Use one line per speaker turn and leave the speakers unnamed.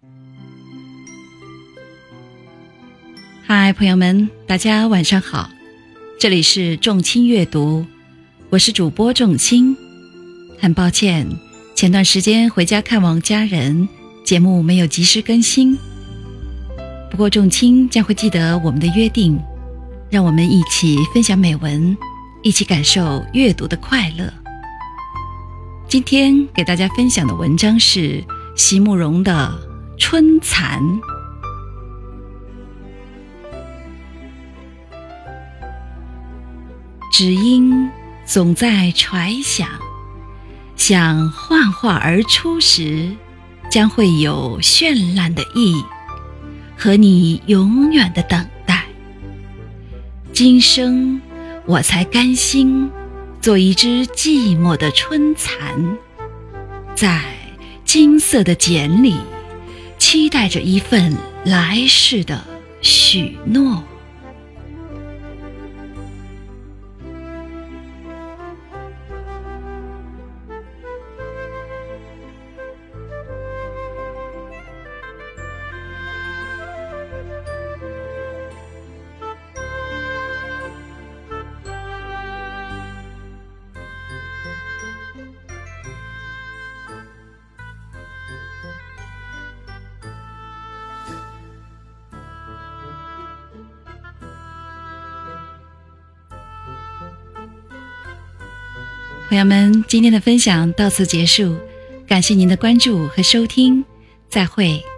嗨，朋友们，大家晚上好，这里是众卿阅读，我是主播众卿。很抱歉，前段时间回家看望家人，节目没有及时更新。不过众卿将会记得我们的约定，让我们一起分享美文，一起感受阅读的快乐。今天给大家分享的文章是席慕容的《春蚕》。只因总在揣想，想幻化而出时，将会有绚烂的意，和你永远的等待。今生我才甘心做一只寂寞的春蚕，在金色的茧里期待着一份来世的许诺。朋友们，今天的分享到此结束，感谢您的关注和收听，再会。